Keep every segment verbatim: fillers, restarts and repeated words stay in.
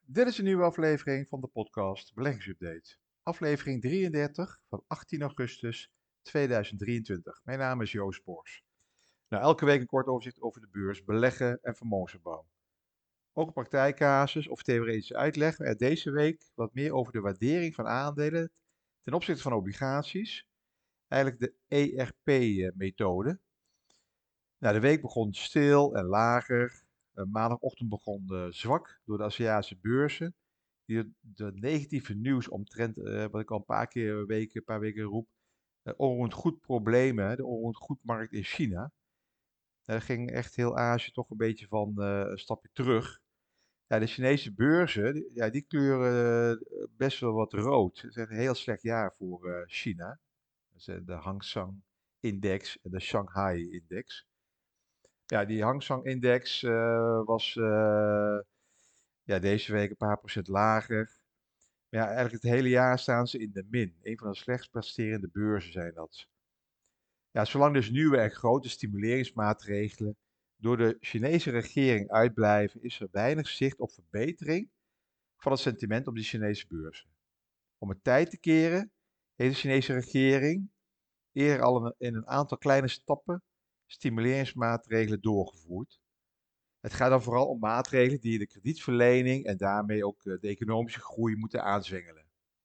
Dit is een nieuwe aflevering van de podcast Beleggingsupdate. Aflevering drieëndertig van achttien augustus tweeduizend drieëntwintig. Mijn naam is Joost Bors. Nou, elke week een kort overzicht over de beurs, beleggen en vermogensopbouw. Ook een praktijkcasus of theoretische uitleg, maar deze week wat meer over de waardering van aandelen ten opzichte van obligaties. Eigenlijk de E R P-methode. Nou, de week begon stil en lager. Uh, maandagochtend begon uh, zwak door de Aziatische beurzen. Die het de negatieve nieuws omtrent, uh, wat ik al een paar keer weken, een paar weken roep, uh, onroerend goed problemen, de onroerend goedmarkt in China. Daar ging echt heel Azië toch een beetje van uh, een stapje terug. Ja, de Chinese beurzen, die, ja, die kleuren uh, best wel wat rood. Het is een heel slecht jaar voor uh, China. Dat is de Hang Seng Index en de Shanghai Index. Ja, die Hang Seng Index uh, was uh, ja, deze week een paar procent lager. Maar ja, eigenlijk het hele jaar staan ze in de min. Een van de slechtst presterende beurzen zijn dat. Ja, zolang dus nieuwe en grote stimuleringsmaatregelen door de Chinese regering uitblijven, is er weinig zicht op verbetering van het sentiment op die Chinese beurzen. Om het tijd te keren heeft de Chinese regering eerder al in een aantal kleine stappen stimuleringsmaatregelen doorgevoerd. Het gaat dan vooral om maatregelen die de kredietverlening en daarmee ook de economische groei moeten aanzwengelen.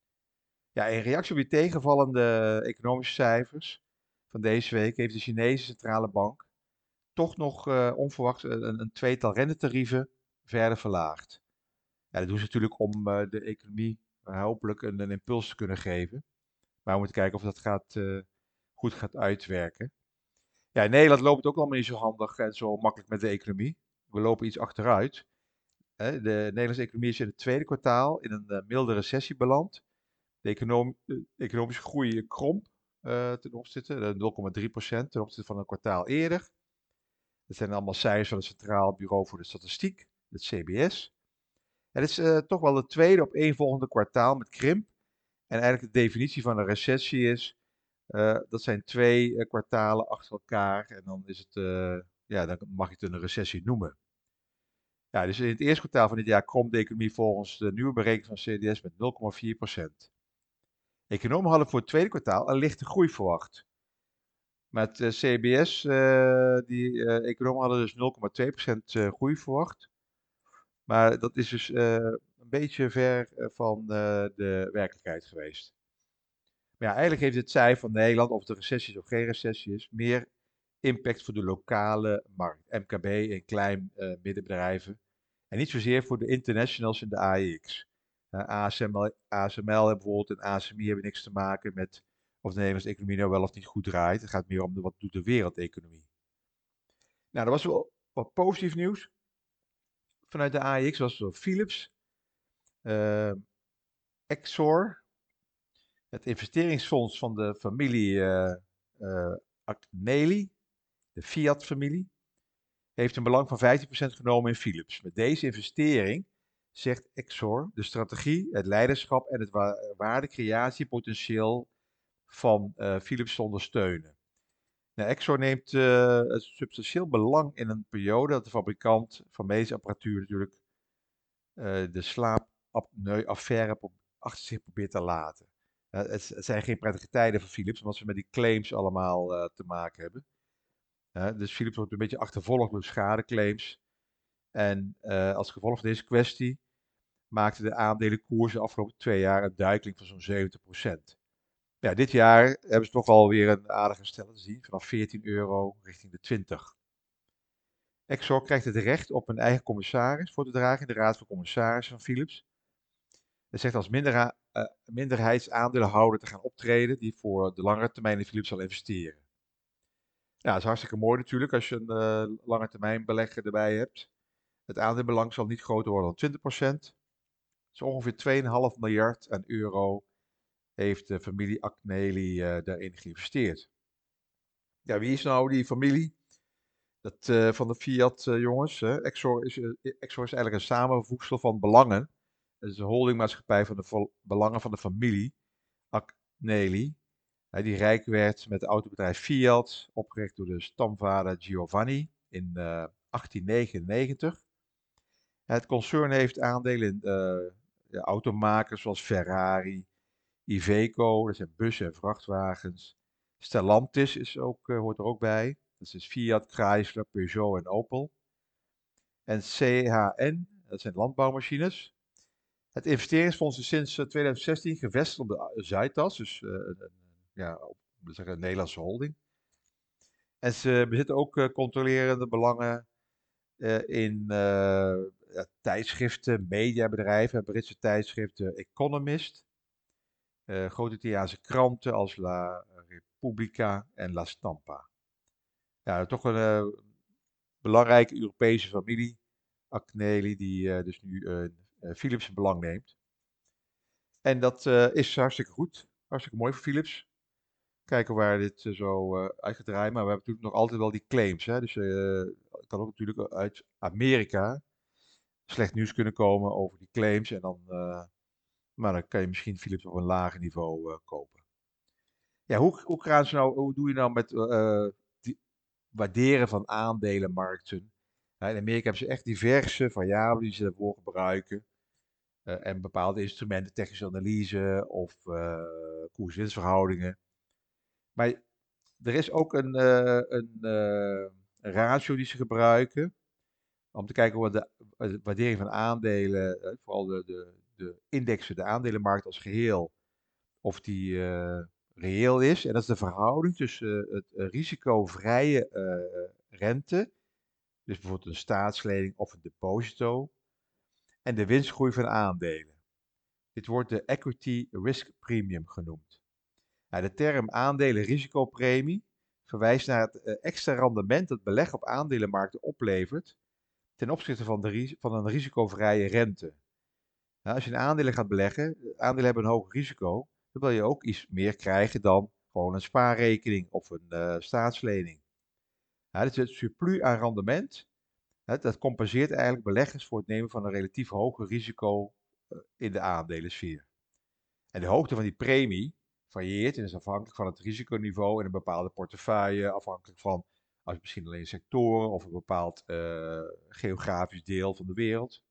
Ja, in reactie op die tegenvallende economische cijfers van deze week heeft de Chinese centrale bank toch nog uh, onverwacht een, een tweetal rentetarieven verder verlaagd. Ja, dat doen ze natuurlijk om uh, de economie uh, hopelijk een, een impuls te kunnen geven. Maar we moeten kijken of dat gaat, uh, goed gaat uitwerken. Ja, in Nederland loopt het ook allemaal niet zo handig en zo makkelijk met de economie. We lopen iets achteruit. Hè. De Nederlandse economie is in het tweede kwartaal in een uh, milde recessie beland. De, econom de economische groei kromp uh, ten opzichte, nul komma drie procent ten opzichte van een kwartaal eerder. Dat zijn allemaal cijfers van het Centraal Bureau voor de Statistiek, het C B S. Het is uh, toch wel het tweede opeenvolgende kwartaal met krimp. En eigenlijk de definitie van een recessie is, uh, dat zijn twee uh, kwartalen achter elkaar. En dan is het, uh, ja, dan mag je het een recessie noemen. Ja, dus in het eerste kwartaal van dit jaar kromp de economie volgens de nieuwe berekening van C D S met nul komma vier procent. Economen hadden voor het tweede kwartaal een lichte groei verwacht. Met uh, C B S, uh, die uh, economen hadden dus nul komma twee procent uh, groei verwacht. Maar dat is dus uh, een beetje ver uh, van uh, de werkelijkheid geweest. Maar ja, eigenlijk heeft het cijfer van Nederland, of het een recessie is of geen recessie is, meer impact voor de lokale markt, M K B en klein uh, middenbedrijven. En niet zozeer voor de internationals in de A E X. Uh, A S M L, A S M L bijvoorbeeld en A S M I hebben niks te maken met of de Nederlandse economie nou wel of niet goed draait. Het gaat meer om de, wat doet de wereldeconomie. Nou, dat was wel wat positief nieuws. Vanuit de A E X was er Philips, uh, Exor, het investeringsfonds van de familie uh, uh, Agnelli, de Fiat-familie, heeft een belang van vijftien procent genomen in Philips. Met deze investering zegt Exor de strategie, het leiderschap en het wa waardecreatiepotentieel van uh, Philips te ondersteunen. Nou, Exor neemt uh, een substantieel belang in een periode dat de fabrikant van medische apparatuur natuurlijk uh, de slaapapneu-affaire achter zich probeert te laten. Uh, het, het zijn geen prettige tijden voor Philips, omdat ze met die claims allemaal uh, te maken hebben. Uh, dus Philips wordt een beetje achtervolgd door schadeclaims. En uh, als gevolg van deze kwestie maakten de aandelenkoersen de afgelopen twee jaar een duikeling van zo'n zeventig procent. Ja, dit jaar hebben ze toch wel weer een aardige herstel te zien, vanaf veertien euro richting de twintig. Exor krijgt het recht op een eigen commissaris voor te dragen in de Raad van Commissarissen van Philips. Het zegt als mindera- uh, minderheidsaandeelhouder te gaan optreden die voor de langere termijn in Philips zal investeren. Ja, dat is hartstikke mooi natuurlijk als je een uh, lange termijn belegger erbij hebt. Het aandeelbelang zal niet groter worden dan twintig procent. Dat is ongeveer twee komma vijf miljard aan euro heeft de familie Agnelli uh, daarin geïnvesteerd. Ja, wie is nou die familie? Dat, uh, van de Fiat uh, jongens. Hè? Exor, is, uh, Exor is eigenlijk een samenvoegsel van belangen. Het is een holdingmaatschappij van de belangen van de familie Agnelli. Hij die rijk werd met het autobedrijf Fiat, opgericht door de stamvader Giovanni in uh, achttien negenennegentig. Het concern heeft aandelen in uh, ja, automakers zoals Ferrari, Iveco, dat zijn bussen en vrachtwagens. Stellantis is ook, uh, hoort er ook bij. Dat is Fiat, Chrysler, Peugeot en Opel. En C H N, dat zijn landbouwmachines. Het investeringsfonds is sinds uh, twintig zestien gevestigd op de uh, Zuidas, dus uh, een, ja, op, zeggen, een Nederlandse holding. En ze bezitten ook uh, controlerende belangen uh, in uh, ja, tijdschriften, mediabedrijven, Britse tijdschriften, Economist, uh, grote Italiaanse kranten als La Repubblica en La Stampa. Ja, toch een uh, belangrijke Europese familie, Agnelli, die uh, dus nu uh, Philips in belang neemt. En dat uh, is hartstikke goed, hartstikke mooi voor Philips. Kijken waar dit uh, zo uh, uit gaat draaien, maar we hebben natuurlijk nog altijd wel die claims. Hè? Dus uh, het kan ook natuurlijk uit Amerika slecht nieuws kunnen komen over die claims. En dan, uh, maar dan kan je misschien Philips op een lager niveau uh, kopen. Ja, hoe, hoe, gaan ze nou, hoe doe je nou met uh, die waarderen van aandelenmarkten? Ja, in Amerika hebben ze echt diverse variabelen die ze daarvoor gebruiken. Uh, en bepaalde instrumenten, technische analyse of uh, koers-winstverhoudingen. Maar er is ook een, uh, een, uh, een ratio die ze gebruiken om te kijken wat de, de waardering van aandelen, uh, vooral de, de, de indexen, de aandelenmarkt als geheel, of die uh, reëel is. En dat is de verhouding tussen uh, het uh, risicovrije uh, rente, dus bijvoorbeeld een staatslening of een deposito, en de winstgroei van aandelen. Dit wordt de equity risk premium genoemd. Nou, de term aandelen-risicopremie verwijst naar het uh, extra rendement dat beleg op aandelenmarkten oplevert ten opzichte van, de, van een risicovrije rente. Nou, als je in aandelen gaat beleggen, aandelen hebben een hoog risico, dan wil je ook iets meer krijgen dan gewoon een spaarrekening of een uh, staatslening. Nou, dus het surplus aan rendement, hè, dat compenseert eigenlijk beleggers voor het nemen van een relatief hoger risico uh, in de aandelensfeer. En de hoogte van die premie varieert en is afhankelijk van het risiconiveau in een bepaalde portefeuille, afhankelijk van als misschien alleen sectoren of een bepaald uh, geografisch deel van de wereld.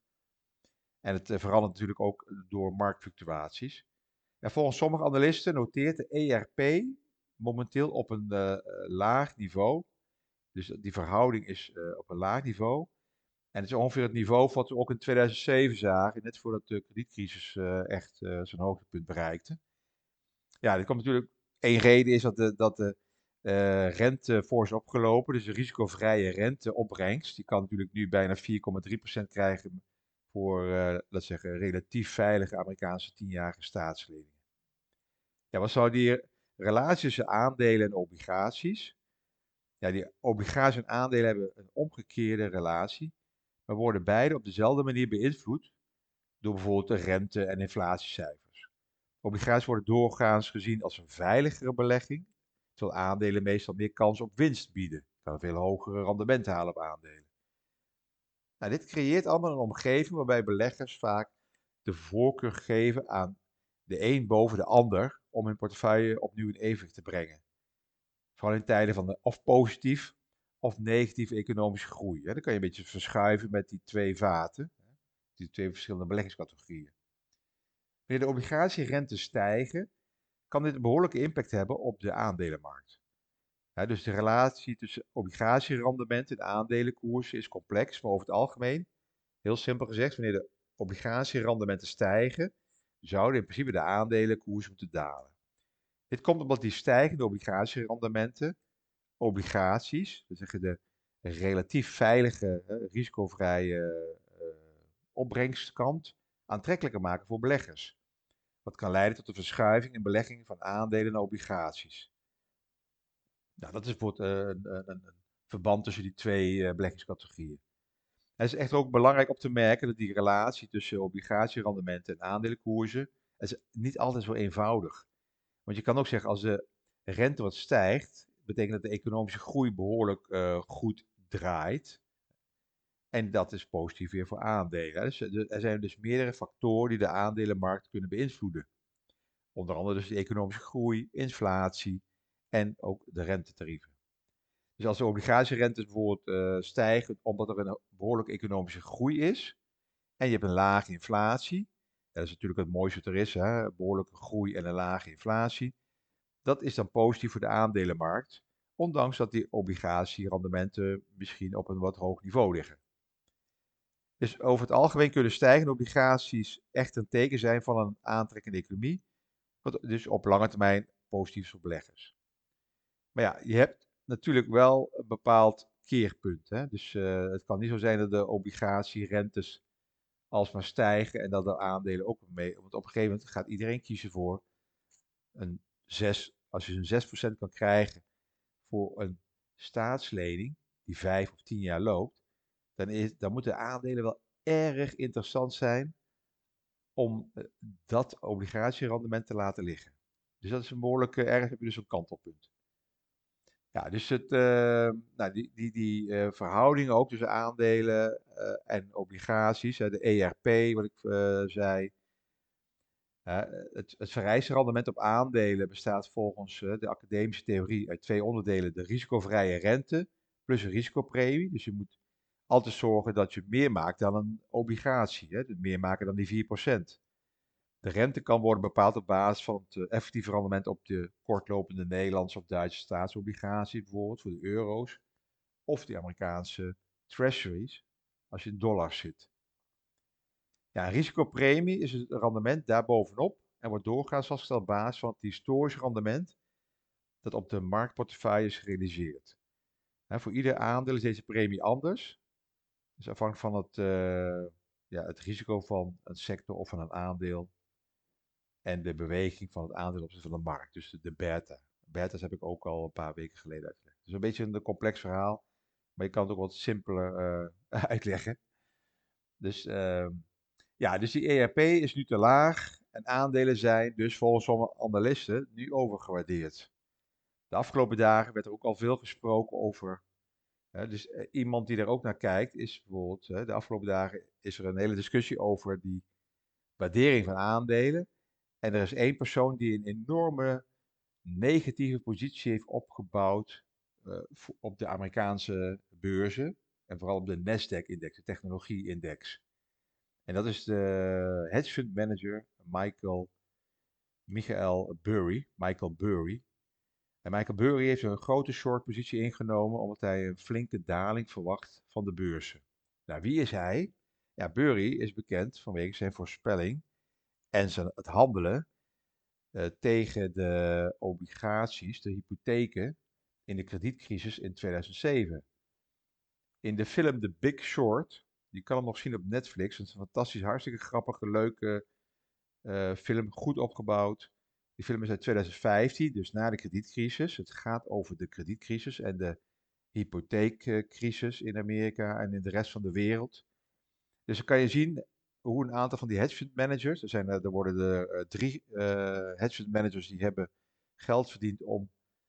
En het uh, verandert natuurlijk ook door marktfluctuaties. En volgens sommige analisten noteert de E R P momenteel op een uh, laag niveau. Dus die verhouding is uh, op een laag niveau. En het is ongeveer het niveau wat we ook in tweeduizend zeven zagen, net voordat de kredietcrisis uh, echt uh, zijn hoogtepunt bereikte. Ja, dit komt natuurlijk. Eén reden is dat de, dat de uh, rente voor is opgelopen. Dus de risicovrije renteopbrengst. Die kan natuurlijk nu bijna vier komma drie procent krijgen voor, uh, laten zeggen, relatief veilige Amerikaanse tienjarige staatsleningen. Ja, wat zou die relatie tussen aandelen en obligaties? Ja, die obligaties en aandelen hebben een omgekeerde relatie, maar worden beide op dezelfde manier beïnvloed door bijvoorbeeld de rente- en inflatiecijfers. Obligaties worden doorgaans gezien als een veiligere belegging, terwijl aandelen meestal meer kans op winst bieden. Je kan een veel hogere rendement halen op aandelen. Nou, dit creëert allemaal een omgeving waarbij beleggers vaak de voorkeur geven aan de een boven de ander om hun portefeuille opnieuw in evenwicht te brengen. Vooral in tijden van de of positief of negatieve economische groei. Dan kan je een beetje verschuiven met die twee vaten, die twee verschillende beleggingscategorieën. Wanneer de obligatierenten stijgen, kan dit een behoorlijke impact hebben op de aandelenmarkt. Ja, dus de relatie tussen obligatierendement en aandelenkoersen is complex, maar over het algemeen, heel simpel gezegd, wanneer de obligatierendementen stijgen, zouden in principe de aandelenkoers moeten dalen. Dit komt omdat die stijgende obligatierendementen obligaties, we zeggen de relatief veilige, uh, risicovrije uh, opbrengstkant, aantrekkelijker maken voor beleggers. Wat kan leiden tot een verschuiving in beleggingen van aandelen naar obligaties. Nou, dat is bijvoorbeeld uh, een, een, een, verband tussen die twee uh, beleggingscategorieën. Het is echt ook belangrijk om te merken dat die relatie tussen obligatierendementen en aandelenkoersen is niet altijd zo eenvoudig. Want je kan ook zeggen, als de rente wat stijgt, betekent dat de economische groei behoorlijk uh, goed draait. En dat is positief weer voor aandelen. Dus, er zijn dus meerdere factoren die de aandelenmarkt kunnen beïnvloeden. Onder andere dus de economische groei, inflatie en ook de rentetarieven. Dus als de obligatierentes bijvoorbeeld uh, stijgen omdat er een behoorlijke economische groei is, En je hebt een lage inflatie. Dat is natuurlijk het mooiste wat er is, hè? Behoorlijke groei en een lage inflatie. Dat is dan positief voor de aandelenmarkt, ondanks dat die obligatierendementen misschien op een wat hoog niveau liggen. Dus over het algemeen kunnen stijgende obligaties echt een teken zijn van een aantrekkende economie, wat dus op lange termijn positief is voor beleggers. Maar ja, je hebt natuurlijk wel een bepaald keerpunt. Hè? Dus uh, het kan niet zo zijn dat de obligatierentes alsmaar stijgen en dat de aandelen ook mee. Want op een gegeven moment gaat iedereen kiezen voor een zes. Als je een zes procent kan krijgen voor een staatslening die vijf of tien jaar loopt, dan, is, dan moeten aandelen wel erg interessant zijn om uh, dat obligatierendement te laten liggen. Dus dat is een behoorlijke, ergens heb je dus een kantelpunt. Ja, dus het, uh, nou, die, die, die uh, verhouding ook tussen aandelen uh, en obligaties, hè, de E R P, wat ik uh, zei. Uh, het, het vereiste rendement op aandelen bestaat volgens uh, de academische theorie uit twee onderdelen: de risicovrije rente plus een risicopremie. Dus je moet altijd zorgen dat je meer maakt dan een obligatie, hè, dus meer maken dan die vier procent. De rente kan worden bepaald op basis van het uh, effectieve rendement op de kortlopende Nederlandse of Duitse staatsobligaties, bijvoorbeeld voor de euro's, of de Amerikaanse treasuries, als je in dollars zit. Ja, een risicopremie is het rendement daarbovenop en wordt doorgaans vastgesteld op basis van het historische rendement dat op de marktportefeuille is gerealiseerd. Hè, voor ieder aandeel is deze premie anders. Dus afhankelijk van het, uh, ja, het risico van een sector of van een aandeel en de beweging van het aandeel op van de markt. Dus de, de beta. Beta's heb ik ook al een paar weken geleden uitgelegd. Dus een beetje een complex verhaal, maar je kan het ook wat simpeler uh, uitleggen. Dus, uh, ja, dus die E R P is nu te laag en aandelen zijn dus volgens sommige analisten nu overgewaardeerd. De afgelopen dagen werd er ook al veel gesproken over. Hè, dus uh, iemand die er ook naar kijkt is bijvoorbeeld, uh, de afgelopen dagen is er een hele discussie over die waardering van aandelen. En er is één persoon die een enorme negatieve positie heeft opgebouwd uh, op de Amerikaanse beurzen. En vooral op de Nasdaq-index, de technologie-index. En dat is de hedge fund manager Michael, Michael Burry. Michael Burry. En Michael Burry heeft een grote short positie ingenomen omdat hij een flinke daling verwacht van de beurzen. Nou, wie is hij? Ja, Burry is bekend vanwege zijn voorspelling en zijn, het handelen uh, tegen de obligaties, de hypotheken in de kredietcrisis in tweeduizend zeven. In de film The Big Short, je kan hem nog zien op Netflix, het is een fantastisch, hartstikke grappige, leuke uh, film, goed opgebouwd. Die film is uit tweeduizend vijftien, dus na de kredietcrisis. Het gaat over de kredietcrisis en de hypotheekcrisis in Amerika en in de rest van de wereld. Dus dan kan je zien hoe een aantal van die hedge fund managers, er, zijn, er worden er uh, drie uh, hedge fund managers die hebben geld verdiend om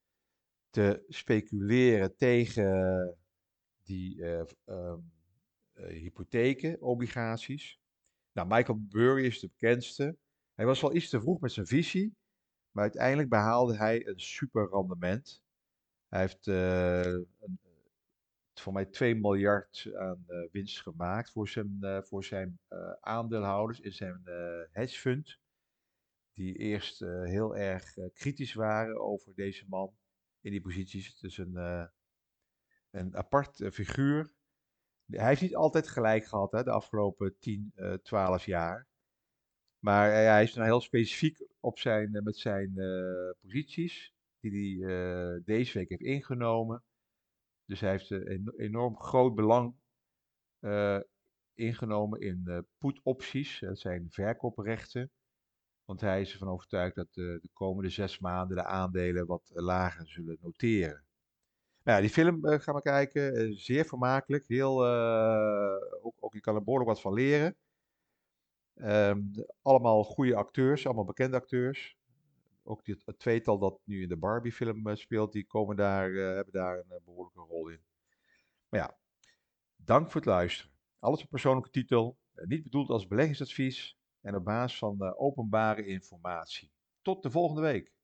te speculeren tegen die uh, um, uh, hypotheken, obligaties. Nou, Michael Burry is de bekendste. Hij was wel iets te vroeg met zijn visie, maar uiteindelijk behaalde hij een super rendement. Hij heeft uh, een, voor mij twee miljard aan uh, winst gemaakt voor zijn, uh, voor zijn uh, aandeelhouders in zijn uh, hedge fund. Die eerst uh, heel erg uh, kritisch waren over deze man in die posities. Het is een, uh, een apart uh, figuur. Hij heeft niet altijd gelijk gehad hè, de afgelopen tien, uh, twaalf jaar. Maar uh, hij is nou heel specifiek op zijn, uh, met zijn uh, posities, die hij uh, deze week heeft ingenomen. Dus hij heeft een en, enorm groot belang uh, ingenomen in uh, put-opties, dat zijn verkooprechten. Want hij is ervan overtuigd dat uh, de komende zes maanden de aandelen wat lager zullen noteren. Nou ja, die film uh, gaan we kijken, uh, zeer vermakelijk, heel, uh, ook, ook je kan er behoorlijk wat van leren. Um, allemaal goede acteurs, allemaal bekende acteurs. Ook dit, het tweetal dat nu in de Barbie-film uh, speelt, die komen daar, uh, hebben daar een uh, behoorlijke rol in. Maar ja, dank voor het luisteren. Alles op persoonlijke titel, uh, niet bedoeld als beleggingsadvies en op basis van uh, openbare informatie. Tot de volgende week.